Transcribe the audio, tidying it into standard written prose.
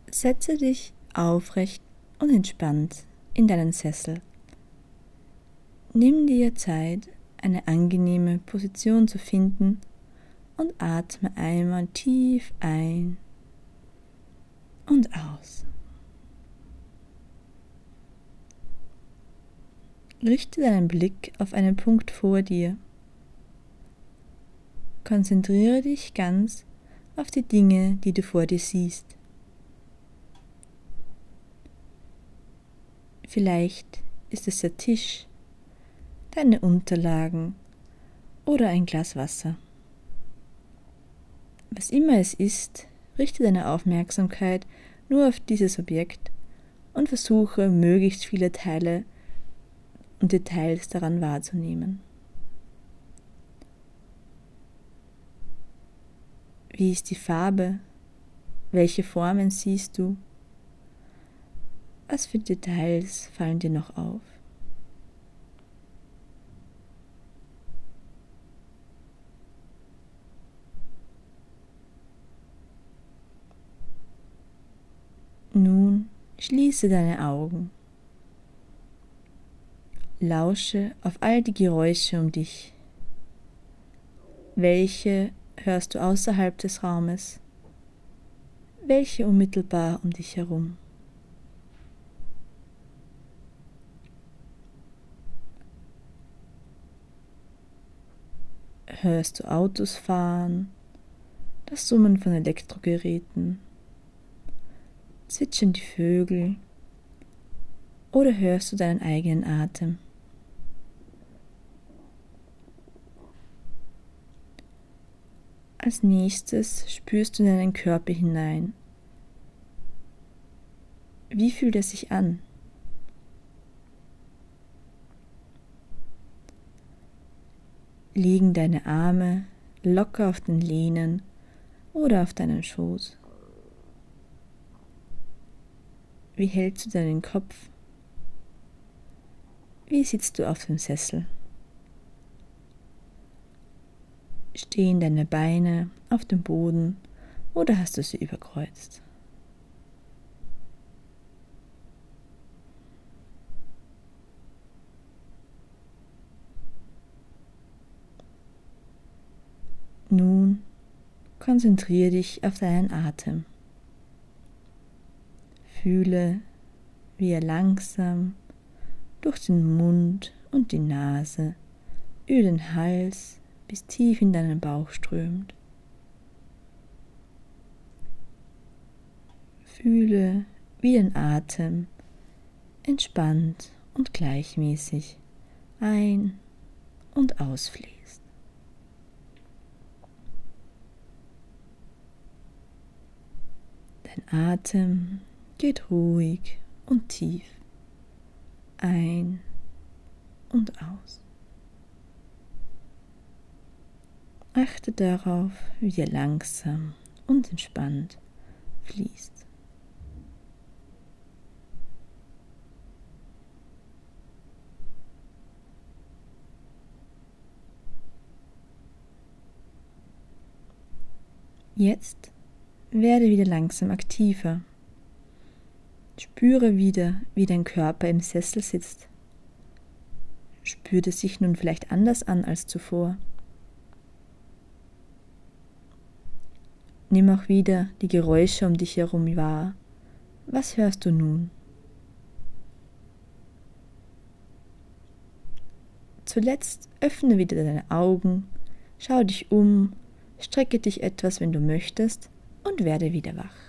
Setze dich aufrecht und entspannt in deinen Sessel. Nimm dir Zeit, eine angenehme Position zu finden und atme einmal tief ein und aus. Richte deinen Blick auf einen Punkt vor dir. Konzentriere dich ganz auf die Dinge, die du vor dir siehst. Vielleicht ist es der Tisch, deine Unterlagen oder ein Glas Wasser. Was immer es ist, richte deine Aufmerksamkeit nur auf dieses Objekt und versuche, möglichst viele Teile und Details daran wahrzunehmen. Wie ist die Farbe? Welche Formen siehst du? Was für Details fallen dir noch auf? Nun schließe deine Augen. Lausche auf all die Geräusche um dich. Welche hörst du außerhalb des Raumes? Welche unmittelbar um dich herum? Hörst du Autos fahren, das Summen von Elektrogeräten, zwitschern die Vögel oder hörst du deinen eigenen Atem? Als nächstes spürst du in deinen Körper hinein. Wie fühlt er sich an? Liegen deine Arme locker auf den Lehnen oder auf deinem Schoß? Wie hältst du deinen Kopf? Wie sitzt du auf dem Sessel? Stehen deine Beine auf dem Boden oder hast du sie überkreuzt? Nun konzentriere dich auf deinen Atem. Fühle, wie er langsam durch den Mund und die Nase über den Hals bis tief in deinen Bauch strömt. Fühle, wie dein Atem entspannt und gleichmäßig ein- und ausfließt. Dein Atem geht ruhig und tief ein und aus. Achte darauf, wie er langsam und entspannt fließt. Jetzt werde wieder langsam aktiver. Spüre wieder, wie dein Körper im Sessel sitzt. Spürt es sich nun vielleicht anders an als zuvor? Nimm auch wieder die Geräusche um dich herum wahr. Was hörst du nun? Zuletzt öffne wieder deine Augen, schau dich um, strecke dich etwas, wenn du möchtest, und werde wieder wach.